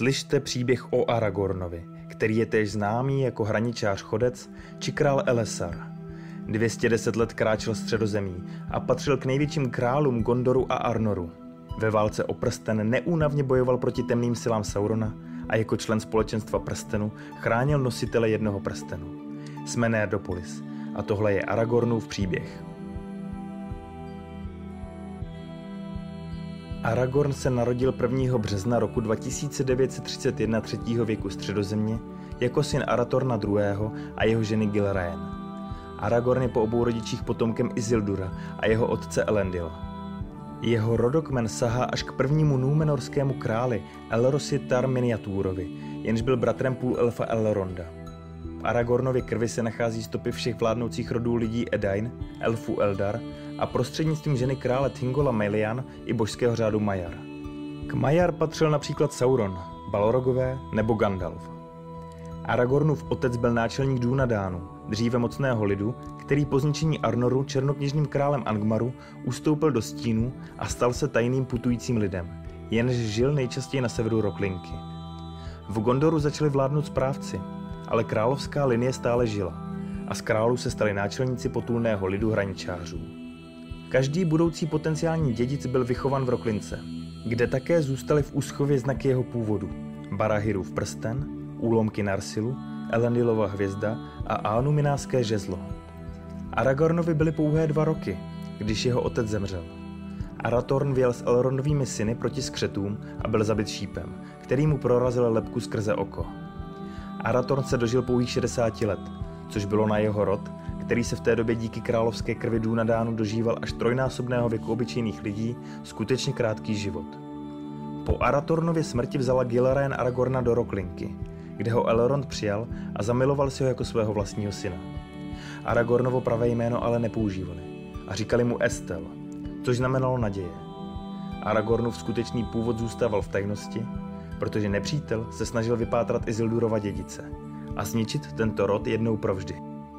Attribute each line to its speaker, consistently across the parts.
Speaker 1: Slyšte příběh o Aragornovi, který je též známý jako hraničář chodec či král Elessar. 210 let kráčel středozemí a patřil k největším králům Gondoru a Arnoru. Ve válce o prsten neúnavně bojoval proti temným silám Saurona a jako člen společenstva prstenu chránil nositele jednoho prstenu. Jsme Nerdopolis a tohle je Aragornův příběh. Aragorn se narodil 1. března roku 2931 3. věku středozemě jako syn Arathorna II. A jeho ženy Gilraen. Aragorn je po obou rodičích potomkem Isildura a jeho otce Elendila. Jeho rodokmen sahá až k prvnímu númenorskému králi Elrosi Tar Miniatúrovi, jenž byl bratrem půlelfa Elronda. V Aragornově krvi se nachází stopy všech vládnoucích rodů lidí Edain, elfů Eldar a prostřednictvím ženy krále Thingolla Melian i božského řádu Maiar. K Maiar patřil například Sauron, Balrogové nebo Gandalf. Aragornův otec byl náčelník Dúnadánu, dříve mocného lidu, který po zničení Arnoru černokněžným králem Angmaru ustoupil do stínů a stal se tajným putujícím lidem, jenž žil nejčastěji na severu Roklinky. V Gondoru začali vládnout správci, ale královská linie stále žila a z králů se stali náčelníci potulného lidu hraničářů. Každý budoucí potenciální dědic byl vychovan v Roklince, kde také zůstaly v úschově znaky jeho původu: Barahirův prsten, úlomky Narsilu, Elendilova hvězda a Anumináské žezlo. Aragornovi byly pouhé 2 roky, když jeho otec zemřel. Arathorn vyjel s Elrondovými syny proti skřetům a byl zabit šípem, který mu prorazil lebku skrze oko. Arathorn se dožil pouhých 60 let, což bylo na jeho rod, který se v té době díky královské krvi Dúnadánu dožíval až 3násobného věku obyčejných lidí, skutečně krátký život. Po Arathornově smrti vzala Gilraen Aragorna do Roklinky, kde ho Elrond přijal a zamiloval si ho jako svého vlastního syna. Aragornovo pravé jméno ale nepoužívali a říkali mu Estel, což znamenalo naděje. Aragornův skutečný původ zůstával v tajnosti, protože nepřítel se snažil vypátrat Isildurova dědice a zničit tento rod jednou provždy.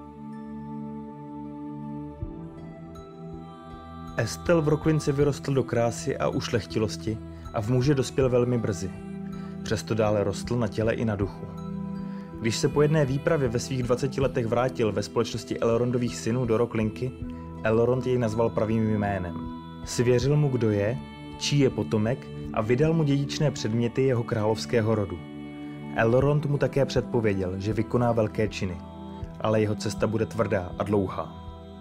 Speaker 1: Estel v Roklince vyrostl do krásy a ušlechtilosti a v muže dospěl velmi brzy. Přesto dále rostl na těle i na duchu. Když se po jedné výpravě ve svých 20 letech vrátil ve společnosti Elrondových synů do Roklinky, Elrond jej nazval pravým jménem. Svěřil mu, kdo je, čí je potomek a vydal mu dědičné předměty jeho královského rodu. Elrond mu také předpověděl, že vykoná velké činy, ale jeho cesta bude tvrdá a dlouhá.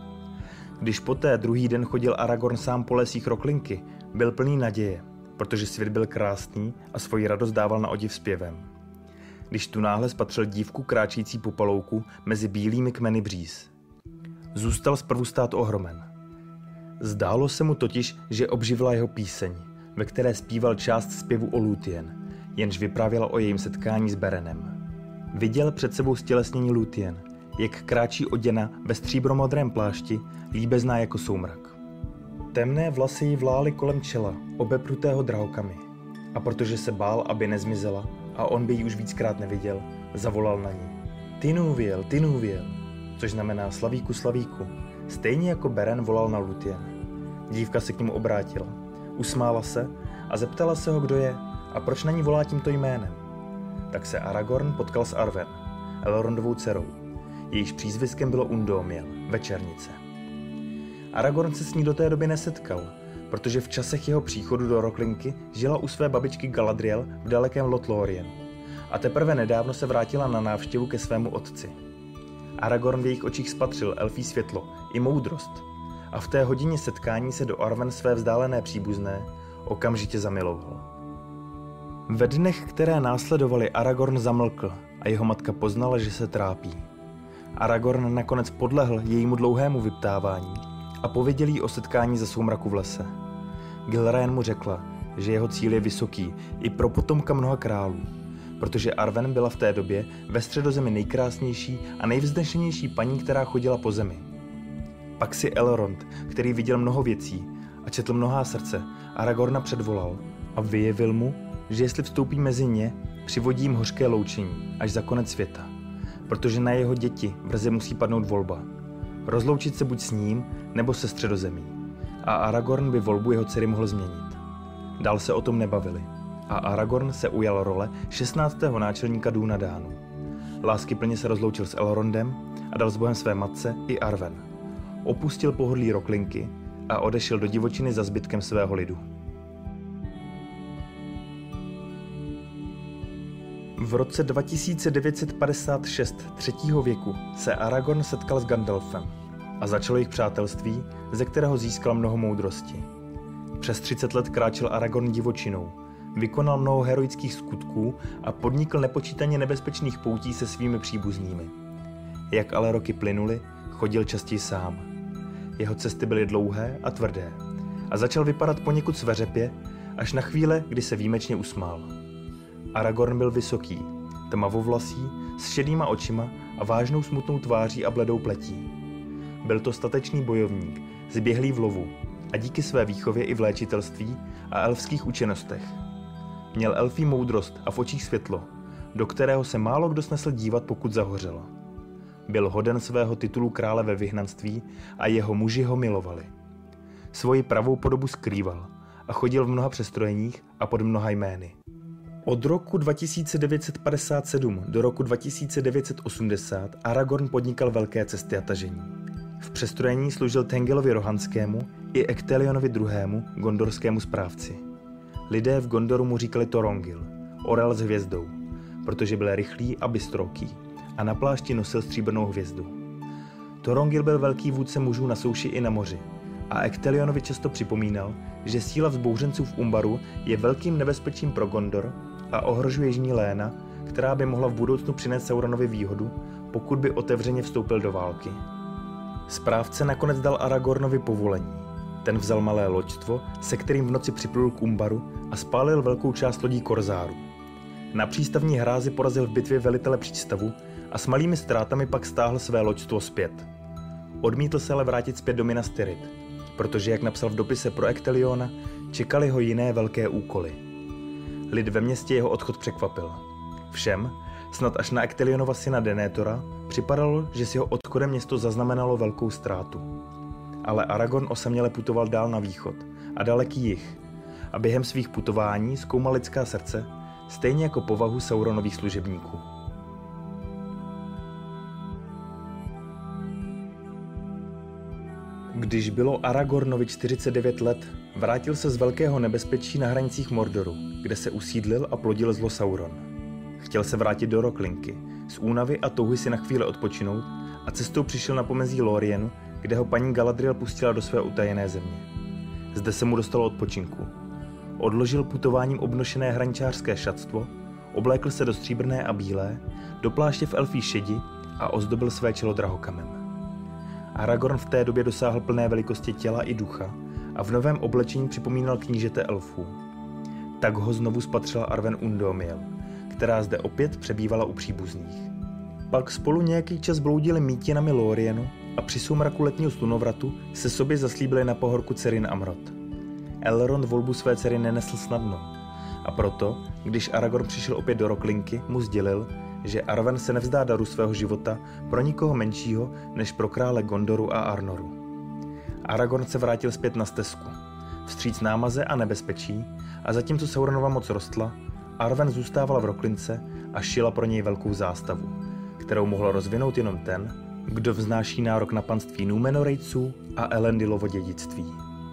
Speaker 1: Když poté druhý den chodil Aragorn sám po lesích Roklinky, byl plný naděje, protože svět byl krásný a svoji radost dával na odiv zpěvem. Když tu náhle spatřil dívku kráčící po palouku mezi bílými kmeny bříz. Zůstal zprvu stát ohromen. Zdálo se mu totiž, že obživila jeho píseň, ve které zpíval část zpěvu o Lúthien, jenž vyprávěla o jejím setkání s Berenem. Viděl před sebou stělesnění Lúthien, jak kráčí oděna ve stříbromodrém plášti, líbezná jako soumrak. Temné vlasy jí vlály kolem čela, obeprutého drahokamy. A protože se bál, aby nezmizela, a on by ji už víckrát neviděl, zavolal na ní: Tinúviel, Tinúviel, což znamená slavíku, slavíku, stejně jako Beren volal na Lúthien. Dívka se k němu obrátila, usmála se a zeptala se ho, kdo je a proč na ní volá tímto jménem. Tak se Aragorn potkal s Arwen, Elrondovou dcerou. Jejíž přízviskem bylo Undómiel, večernice. Aragorn se s ní do té doby nesetkal, protože v časech jeho příchodu do Roklinky žila u své babičky Galadriel v dalekém Lothlórien a teprve nedávno se vrátila na návštěvu ke svému otci. Aragorn v jejich očích spatřil elfí světlo i moudrost a v té hodině setkání se do Arwen, své vzdálené příbuzné, okamžitě zamiloval. Ve dnech, které následovaly, Aragorn zamlkl a jeho matka poznala, že se trápí. Aragorn nakonec podlehl jejímu dlouhému vyptávání a pověděl jí o setkání za soumraku v lese. Gilraen mu řekla, že jeho cíl je vysoký i pro potomka mnoha králů, protože Arwen byla v té době ve Středozemi nejkrásnější a nejvznešenější paní, která chodila po zemi. Pak si Elrond, který viděl mnoho věcí a četl mnohá srdce, Aragorna předvolal a vyjevil mu, že jestli vstoupí mezi ně, přivodí jim hořké loučení až za konec světa, protože na jeho děti brzy musí padnout volba. Rozloučit se buď s ním, nebo se Středozemí. A Aragorn by volbu jeho dcery mohl změnit. Dál se o tom nebavili. a Aragorn se ujal role 16. náčelníka Dúnadánu. Láskyplně se rozloučil s Elrondem a dal s bohem své matce i Arwen. Opustil pohodlí Roklinky a odešel do divočiny za zbytkem svého lidu. V roce 2956 třetího věku se Aragorn setkal s Gandalfem a začalo jejich přátelství, ze kterého získal mnoho moudrosti. Přes 30 let kráčel Aragorn divočinou, vykonal mnoho heroických skutků a podnikl nepočítaně nebezpečných poutí se svými příbuznými. Jak ale roky plynuly, chodil častěji sám. Jeho cesty byly dlouhé a tvrdé a začal vypadat poněkud sveřepě, až na chvíle, kdy se výjimečně usmál. Aragorn byl vysoký, tmavovlasý, s šedýma očima a vážnou smutnou tváří a bledou pletí. Byl to statečný bojovník, zběhlý v lovu a díky své výchově i v léčitelství a elfských učenostech. Měl elfí moudrost a v očích světlo, do kterého se málo kdo snesl dívat, pokud zahořel. Byl hoden svého titulu krále ve vyhnanství a jeho muži ho milovali. Svoji pravou podobu skrýval a chodil v mnoha přestrojeních a pod mnoha jmény. Od roku 2957 do roku 2980 Aragorn podnikal velké cesty a tažení. V přestrojení služil Tengelovi Rohanskému i Ectelionovi II., gondorskému správci. Lidé v Gondoru mu říkali Torongil, orel s hvězdou, protože byl rychlý a bystroký a na plášti nosil stříbrnou hvězdu. Torongil byl velký vůdce mužů na souši i na moři a Ectelionovi často připomínal, že síla vzbouřenců v Umbaru je velkým nebezpečím pro Gondor a ohrožuje jižní Léna, která by mohla v budoucnu přinést Sauronovi výhodu, pokud by otevřeně vstoupil do války. Správce nakonec dal Aragornovi povolení. Ten vzal malé loďstvo, se kterým v noci připlul k Umbaru a spálil velkou část lodí korzárů. Na přístavní hrázi porazil v bitvě velitele přístavu a s malými ztrátami pak stáhl své loďstvo zpět. Odmítl se ale vrátit zpět do Minas Tirith, protože, jak napsal v dopise pro Ecteliona, čekali ho jiné velké úkoly. Lid ve městě jeho odchod překvapil. Všem, snad až na Ectelionova syna Denethora, připadalo, že s jeho odchodem město zaznamenalo velkou ztrátu. Ale Aragorn osaměle putoval dál na východ a daleký jih a během svých putování zkoumal lidská srdce, stejně jako povahu Sauronových služebníků. Když bylo Aragornovi 49 let, vrátil se z velkého nebezpečí na hranicích Mordoru, kde se usídlil a plodil zlo Sauron. Chtěl se vrátit do Roklinky, z únavy a touhy si na chvíli odpočinout a cestou přišel na pomezí Lórienu, kde ho paní Galadriel pustila do své utajené země. Zde se mu dostalo odpočinku. Odložil putováním obnošené hraničářské šatstvo, oblékl se do stříbrné a bílé, do pláště v elfí šedi a ozdobil své čelo drahokamem. Aragorn v té době dosáhl plné velikosti těla i ducha a v novém oblečení připomínal knížete elfů. Tak ho znovu spatřila Arwen Undómiel, která zde opět přebývala u příbuzných. Pak spolu nějaký čas bloudili mítinami Lórienu a při soumraku letního slunovratu se sobě zaslíbili na pohorku Cerin Amrot. Elrond volbu své dcery nenesl snadno a proto, když Aragorn přišel opět do Roklinky, mu sdělil, že Arwen se nevzdá daru svého života pro nikoho menšího než pro krále Gondoru a Arnoru. Aragorn se vrátil zpět na stezku, vstříc námaze a nebezpečí, a zatímco Sauronova moc rostla, Arwen zůstávala v Roklince a šila pro něj velkou zástavu, kterou mohl rozvinout jenom ten, kdo vznáší nárok na panství Númenorejců a Elendilovo dědictví.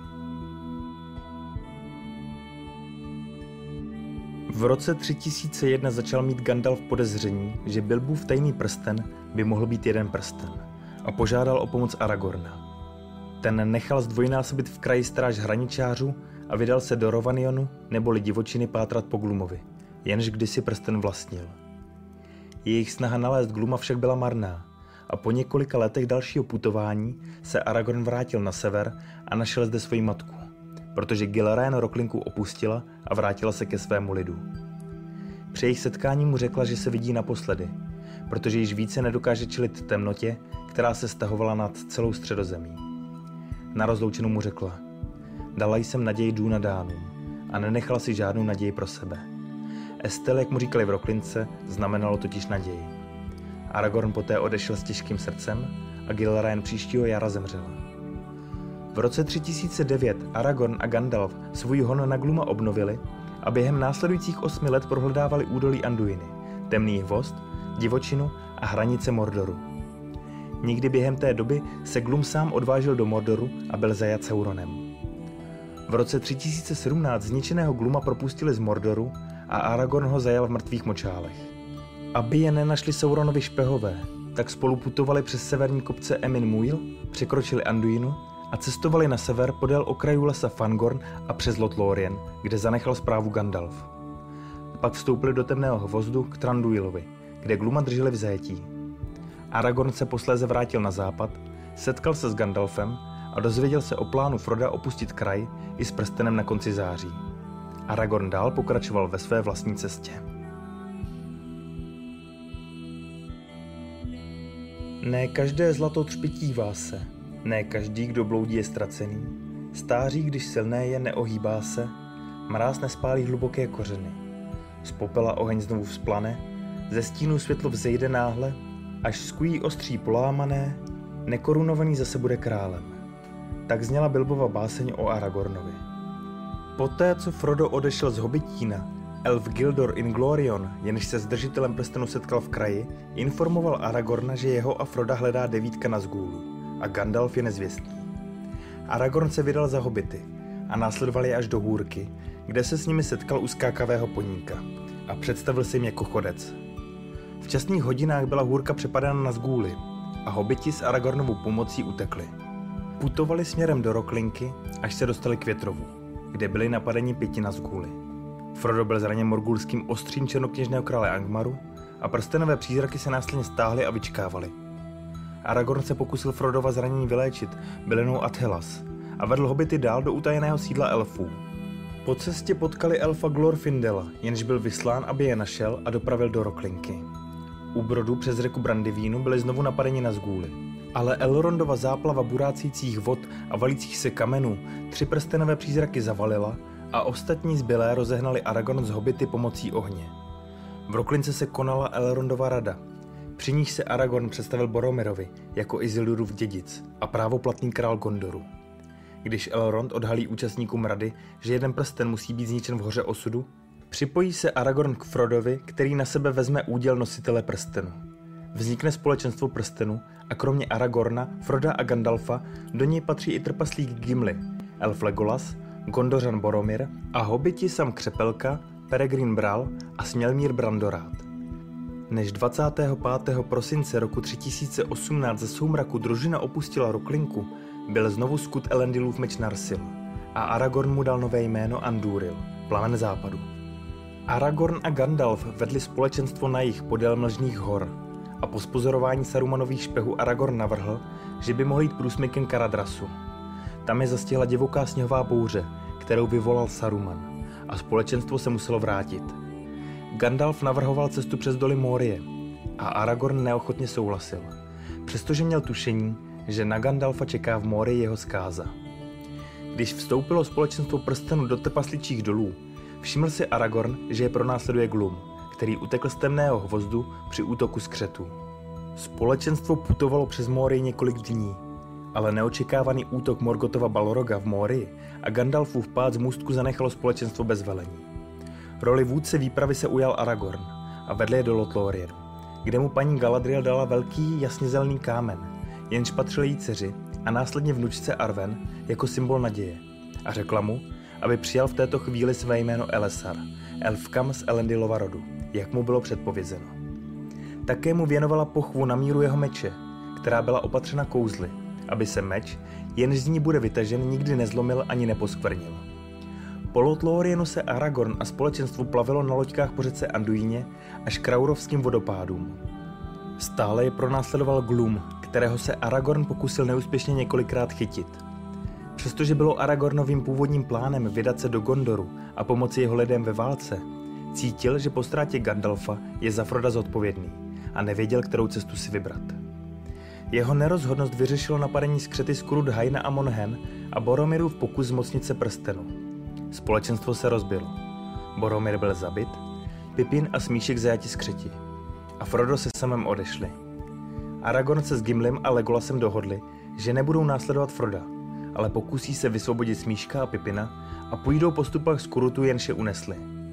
Speaker 1: V roce 3001 začal mít Gandalf podezření, že Bilbův tajný prsten by mohl být jeden prsten a požádal o pomoc Aragorna. Ten nechal zdvojnásobit v kraji stráž hraničářů a vydal se do Rovanionu neboli divočiny pátrat po Glumovi, jenž kdysi prsten vlastnil. Jejich snaha nalézt Gluma však byla marná a po několika letech dalšího putování se Aragorn vrátil na sever a našel zde svoji matku, protože Gilraen Roklinku opustila a vrátila se ke svému lidu. Při jejich setkání mu řekla, že se vidí naposledy, protože již více nedokáže čelit temnotě, která se stahovala nad celou Středozemí. Na rozloučenou mu řekla: dala jsem naději Dúnadánům a nenechala si žádnou naději pro sebe. Estel, jak mu říkali v Roklince, znamenalo totiž naději. Aragorn poté odešel s těžkým srdcem a Gilraen příštího jara zemřela. V roce 3009 Aragorn a Gandalf svůj hon na Gluma obnovili a během následujících 8 let prohledávali údolí Anduiny, temný hvozd, divočinu a hranice Mordoru. Nikdy během té doby se Glum sám odvážil do Mordoru a byl zajat Sauronem. V roce 3017 zničeného Gluma propustili z Mordoru a Aragorn ho zajal v mrtvých močálech. Aby je nenašli Sauronovi špehové, tak spolu putovali přes severní kopce Emin Muil, překročili Anduinu a cestovali na sever podél okrajů lesa Fangorn a přes Lothlórien, kde zanechal správu Gandalf. Pak vstoupili do temného hvozdu k Thranduilovi, kde Gluma drželi v zajetí. Aragorn se posléze vrátil na západ, setkal se s Gandalfem a dozvěděl se o plánu Froda opustit kraj i s prstenem na konci září. Aragorn dál pokračoval ve své vlastní cestě. Ne každé zlato třpitívá se, ne každý, kdo bloudí, je ztracený. Stáří, když silné je, neohýbá se, mráz nespálí hluboké kořeny. Z popela oheň znovu vzplane, ze stínu světlo vzejde náhle, až skují ostří polámané, nekorunovaný zase bude králem. Tak zněla Bilbova báseň o Aragornovi. Poté, co Frodo odešel z Hobbitína, elf Gildor Inglorion, jenž se s držitelem prstenu setkal v kraji, informoval Aragorna, že jeho a Froda hledá 9 Nazgûlů a Gandalf je nezvěstný. Aragorn se vydal za hobity a následoval je až do hůrky, kde se s nimi setkal u skákavého poníka a představil se jim jako chodec. V časných hodinách byla hůrka přepadána Nazgûly a hobiti s Aragornovou pomocí utekli. Putovali směrem do Roklinky, až se dostali k Větrovu, kde byli napadeni 5 Nazgûly. Frodo byl zraněn morgulským ostřím černokněžného krále Angmaru a prstenové přízraky se následně stáhly a vyčkávali. Aragorn se pokusil Frodova zranění vyléčit bylinou Athelas a vedl hobity dál do utajeného sídla elfů. Po cestě potkali elfa Glorfindela, jenž byl vyslán, aby je našel a dopravil do Roklinky. U brodu přes řeku Brandivínu byli znovu napadeni Nazgûly, ale Elrondova záplava burácících vod a valících se kamenů 3 prstenové přízraky zavalila a ostatní zbylé rozehnali Aragorn z hobity pomocí ohně. V Roklince se konala Elrondova rada. Při níž se Aragorn představil Boromirovi jako Isildurův dědic a právoplatný král Gondoru. Když Elrond odhalí účastníkům rady, že jeden prsten musí být zničen v hoře osudu, připojí se Aragorn k Frodovi, který na sebe vezme úděl nositele prstenu. Vznikne společenstvo prstenu a kromě Aragorna, Froda a Gandalfa do něj patří i trpaslík Gimli, elf Legolas, Gondořan Boromir a hobiti Sam Křepelka, Peregrin Bral a Smělmír Brandorát. Než 25. prosince roku 3018 ze soumraku družina opustila Roklinku, byl znovu skut Elendilův meč Narsil a Aragorn mu dal nové jméno Andúril, plamen západu. Aragorn a Gandalf vedli společenstvo na jih podél Mlžných hor a po spozorování Sarumanových špehů Aragorn navrhl, že by mohl jít průsmykem k Aradrasu. Tam je zastihla divoká sněhová bouře, kterou vyvolal Saruman, a společenstvo se muselo vrátit. Gandalf navrhoval cestu přes doly Morie a Aragorn neochotně souhlasil, přestože měl tušení, že na Gandalfa čeká v Morii jeho zkáza. Když vstoupilo společenstvo prstenu do trpasličích dolů, všiml si Aragorn, že je pronásleduje Glum, který utekl z temného hvozdu při útoku skřetů. Společenstvo putovalo přes Morii několik dní, ale neočekávaný útok Morgothova Balroga v Morii a Gandalfův pád z můstku zanechalo společenstvo bez velení. Roli vůdce výpravy se ujal Aragorn a vedl je do Lothlórienu, kde mu paní Galadriel dala velký jasně zelený kámen, jenž patřil její dceři a následně vnučce Arwen jako symbol naděje, a řekla mu, aby přijal v této chvíli své jméno Elessar, elfkam z Elendilova rodu, jak mu bylo předpovězeno. Také mu věnovala pochvu na míru jeho meče, která byla opatřena kouzly, aby se meč, jenž z ní bude vytažen, nikdy nezlomil ani neposkvrnil. Po Lothlórienu se Aragorn a společenstvo plavilo na loďkách po řece Anduíně až k Raurovským vodopádům. Stále je pronásledoval Glum, kterého se Aragorn pokusil neúspěšně několikrát chytit. Přestože bylo Aragornovým původním plánem vydat se do Gondoru a pomoci jeho lidem ve válce, cítil, že po ztrátě Gandalfa je za Froda zodpovědný a nevěděl, kterou cestu si vybrat. Jeho nerozhodnost vyřešilo napadení skřety Skrúd-Haina a Monhen a Boromirův pokus zmocnit se prstenu. Společenstvo se rozbilo. Boromir byl zabit, Pippin a Smíšek zajati skřeti a Frodo se Samem odešli. Aragorn se s Gimlim a Legolasem dohodli, že nebudou následovat Froda ale pokusí se vysvobodit Smíška a Pipina a půjdou po stopách Skurutu, jenž je unesli.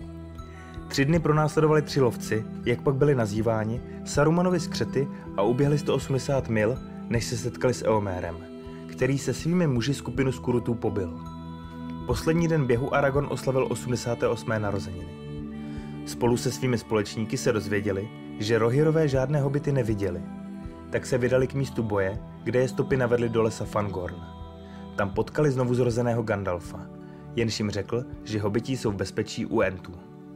Speaker 1: 3 dny pronásledovali 3 lovci, jak pak byli nazýváni, Sarumanovi skřety a uběhli 180 mil, než se setkali s Eomérem, který se svými muži skupinu Skurutů pobil. Poslední den běhu Aragorn oslavil 88. narozeniny. Spolu se svými společníky se dozvěděli, že Rohirové žádné hobity neviděli. Tak se vydali k místu boje, kde je stopy navedli do lesa Fangorn. Tam potkali znovu zrozeného Gandalfa, jenž jim řekl, že hobití jsou v bezpečí u Entů.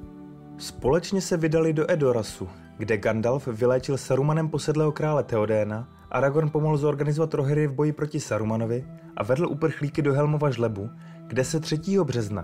Speaker 1: Společně se vydali do Edorasu, kde Gandalf vyléčil Sarumanem posedlého krále Theodéna, Aragorn pomohl zorganizovat Rohirry v boji proti Sarumanovi a vedl uprchlíky do Helmova žlebu, kde se 3. března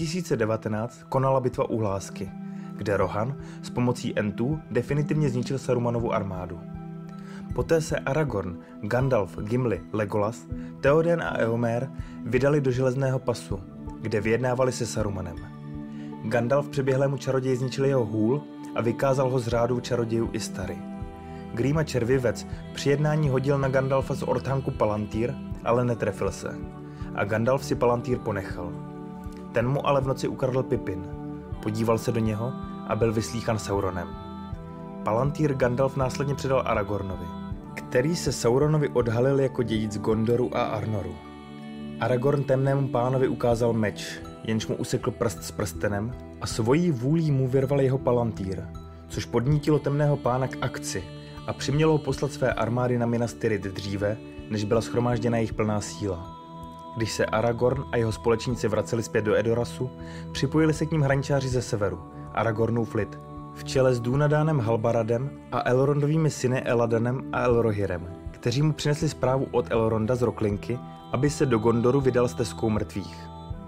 Speaker 1: 3019 konala bitva u Hlásky, kde Rohan s pomocí Entů definitivně zničil Sarumanovu armádu. Poté se Aragorn, Gandalf, Gimli, Legolas, Theoden a Eomer vydali do Železného pasu, kde vyjednávali se Sarumanem. Gandalf přeběhlému čaroději zničil jeho hůl a vykázal ho z řádu čarodějů Istari. Grima červivec při jednání hodil na Gandalfa z Orthancu Palantír, ale netrefil se. A Gandalf si Palantír ponechal. Ten mu ale v noci ukradl Pippin. Podíval se do něho a byl vyslýchan Sauronem. Palantír Gandalf následně předal Aragornovi, který se Sauronovi odhalil jako dědic Gondoru a Arnoru. Aragorn temnému pánovi ukázal meč, jenž mu usekl prst s prstenem a svojí vůlí mu vyrval jeho Palantír, což podnítilo temného pána k akci a přimělo ho poslat své armády na Minas Tirith dříve, než byla shromážděna jejich plná síla. Když se Aragorn a jeho společníci vraceli zpět do Edorasu, připojili se k ním hraničáři ze severu, Aragornův lid, v čele s Dúnadánem Halbaradem a Elrondovými syny Eladanem a Elrohirem, kteří mu přinesli zprávu od Elronda z Roklinky, aby se do Gondoru vydal stezkou mrtvých.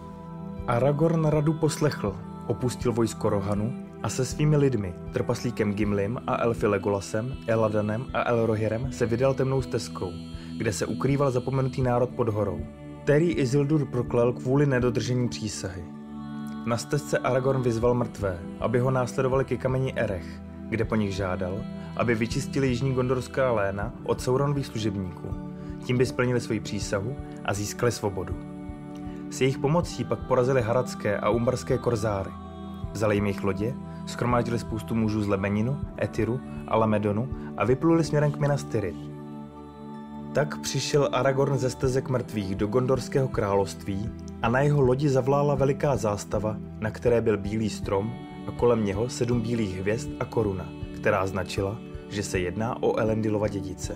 Speaker 1: Aragorn radu poslechl, opustil vojsko Rohanu a se svými lidmi, trpaslíkem Gimlim a elfy Legolasem, Eladanem a Elrohirem se vydal temnou stezkou, kde se ukrýval zapomenutý národ pod horou, který Isildur proklel kvůli nedodržení přísahy. Na stezce Aragorn vyzval mrtvé, aby ho následovali ke kameni Erech, kde po nich žádal, aby vyčistili jižní gondorská léna od Sauronových služebníků. Tím by splnili svoji přísahu a získali svobodu. S jejich pomocí pak porazili haradské a umbarské korzáry. Vzali jim jejich lodě, shromáždili spoustu mužů z Lebeninu, Etiru a Lamedonu a vypluli směrem k Minas Tirith. Tak přišel Aragorn ze stezek mrtvých do Gondorského království a na jeho lodi zavlála veliká zástava, na které byl bílý strom a kolem něho 7 bílých hvězd a koruna, která značila, že se jedná o Elendilova dědice.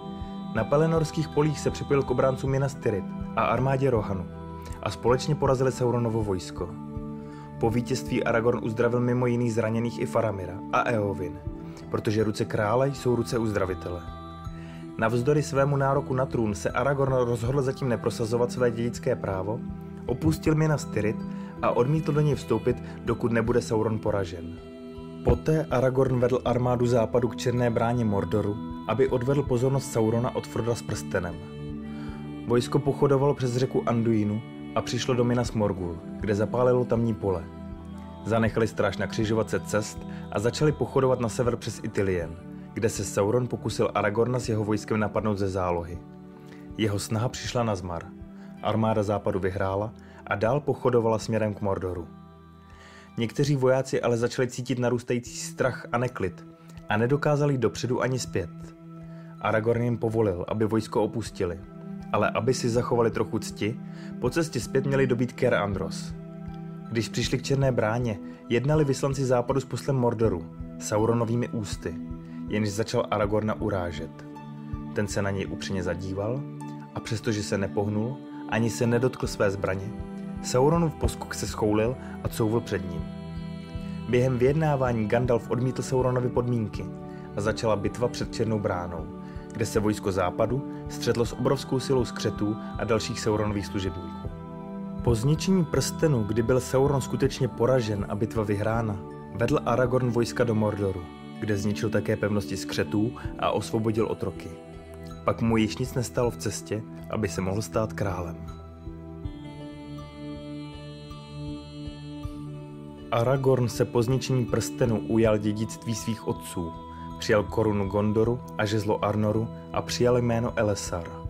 Speaker 1: Na Pelenorských polích se připojil k obráncům Minas Tirith a armádě Rohanu a společně porazili Sauronovo vojsko. Po vítězství Aragorn uzdravil mimo jiných zraněných i Faramira a Eowyn, protože ruce krále jsou ruce uzdravitele. Navzdory svému nároku na trůn se Aragorn rozhodl zatím neprosazovat své dědické právo, opustil Minas Tirith a odmítl do něj vstoupit, dokud nebude Sauron poražen. Poté Aragorn vedl armádu západu k Černé bráně Mordoru, aby odvedl pozornost Saurona od Froda s prstenem. Vojsko pochodovalo přes řeku Anduinu a přišlo do Minas Morgul, kde zapálilo tamní pole. Zanechali stráž na křižovatce cest a začali pochodovat na sever přes Itilien, kde se Sauron pokusil Aragorna s jeho vojskem napadnout ze zálohy. Jeho snaha přišla na zmar. Armáda západu vyhrála a dál pochodovala směrem k Mordoru. Někteří vojáci ale začali cítit narůstající strach a neklid a nedokázali dopředu ani zpět. Aragorn jim povolil, aby vojsko opustili, ale aby si zachovali trochu cti, po cestě zpět měli dobít Ker Andros. Když přišli k Černé bráně, jednali vyslanci západu s poslem Mordoru, Sauronovými ústy, jenž začal Aragorna urážet. Ten se na něj upřímně zadíval a přestože se nepohnul, ani se nedotkl své zbraně, Sauronův poskok se schoulil a couvl před ním. Během vyjednávání Gandalf odmítl Sauronovi podmínky a začala bitva před Černou bránou, kde se vojsko západu střetlo s obrovskou silou skřetů a dalších Sauronových služebníků. Po zničení prstenu, kdy byl Sauron skutečně poražen a bitva vyhrána, vedl Aragorn vojska do Mordoru, kde zničil také pevnosti skřetů a osvobodil otroky. Pak mu již nic nestalo v cestě, aby se mohl stát králem. Aragorn se po zničení prstenu ujal dědictví svých otců, přijal korunu Gondoru a žezlo Arnoru a přijal jméno Elessar.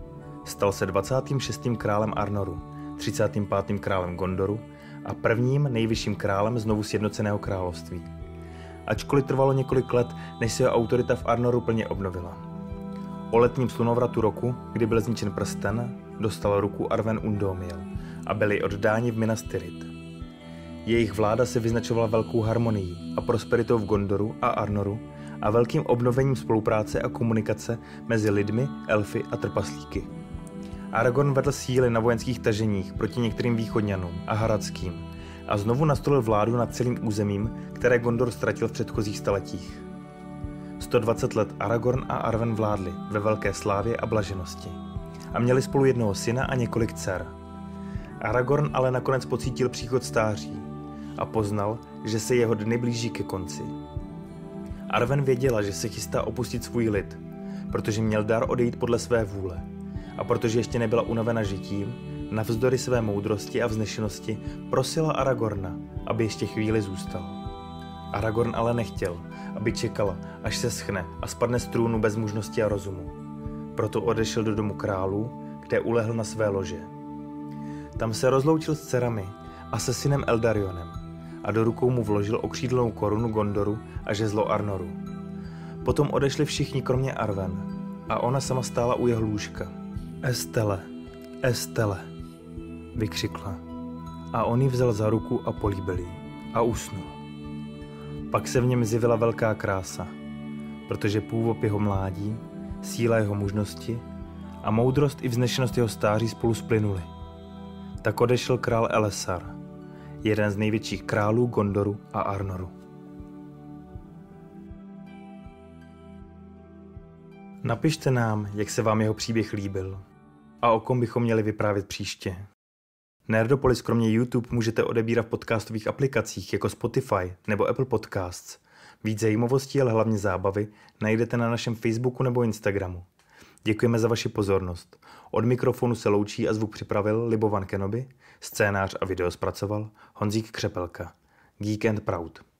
Speaker 1: Stal se 26. králem Arnoru, 35. králem Gondoru a prvním nejvyšším králem znovu sjednoceného království. Ačkoliv trvalo několik let, než se jeho autorita v Arnoru plně obnovila. O letním slunovratu roku, kdy byl zničen prsten, dostal ruku Arwen Undomiel a byli oddáni v Minas Tirith. Jejich vláda se vyznačovala velkou harmonií a prosperitou v Gondoru a Arnoru a velkým obnovením spolupráce a komunikace mezi lidmi, elfy a trpaslíky. Aragorn vedl síly na vojenských taženích proti některým východňanům a haradským a znovu nastolil vládu nad celým územím, které Gondor ztratil v předchozích staletích. 120 let Aragorn a Arwen vládli ve velké slávě a blaženosti a měli spolu jednoho syna a několik dcer. Aragorn ale nakonec pocítil příchod stáří a poznal, že se jeho dny blíží ke konci. Arwen věděla, že se chystá opustit svůj lid, protože měl dar odejít podle své vůle a protože ještě nebyla unavena žitím, navzdory své moudrosti a vznešenosti prosila Aragorna, aby ještě chvíli zůstal. Aragorn ale nechtěl, aby čekala, až se schne a spadne z trůnu bez mužnosti a rozumu. Proto odešel do domu králů, kde ulehl na své lože. Tam se rozloučil s dcerami a se synem Eldarionem a do rukou mu vložil okřídlenou korunu Gondoru a žezlo Arnoru. Potom odešli všichni kromě Arwen a ona sama stála u jeho lůžka. Estelle, Estelle, vykřikla. A on ji vzal za ruku a políbil ji a usnul. Pak se v něm zjevila velká krása, protože původ jeho mládí, síla jeho mužnosti a moudrost i vznešenost jeho stáří spolu splynuly. Tak odešel král Elessar, jeden z největších králů Gondoru a Arnoru. Napište nám, jak se vám jeho příběh líbil a o kom bychom měli vyprávět příště. Nerdopolis kromě YouTube můžete odebírat v podcastových aplikacích jako Spotify nebo Apple Podcasts. Víc zajímavostí, ale hlavně zábavy najdete na našem Facebooku nebo Instagramu. Děkujeme za vaši pozornost. Od mikrofonu se loučí a zvuk připravil Libovan Kenobi, scénář a video zpracoval Honzík Křepelka. Geek and Proud.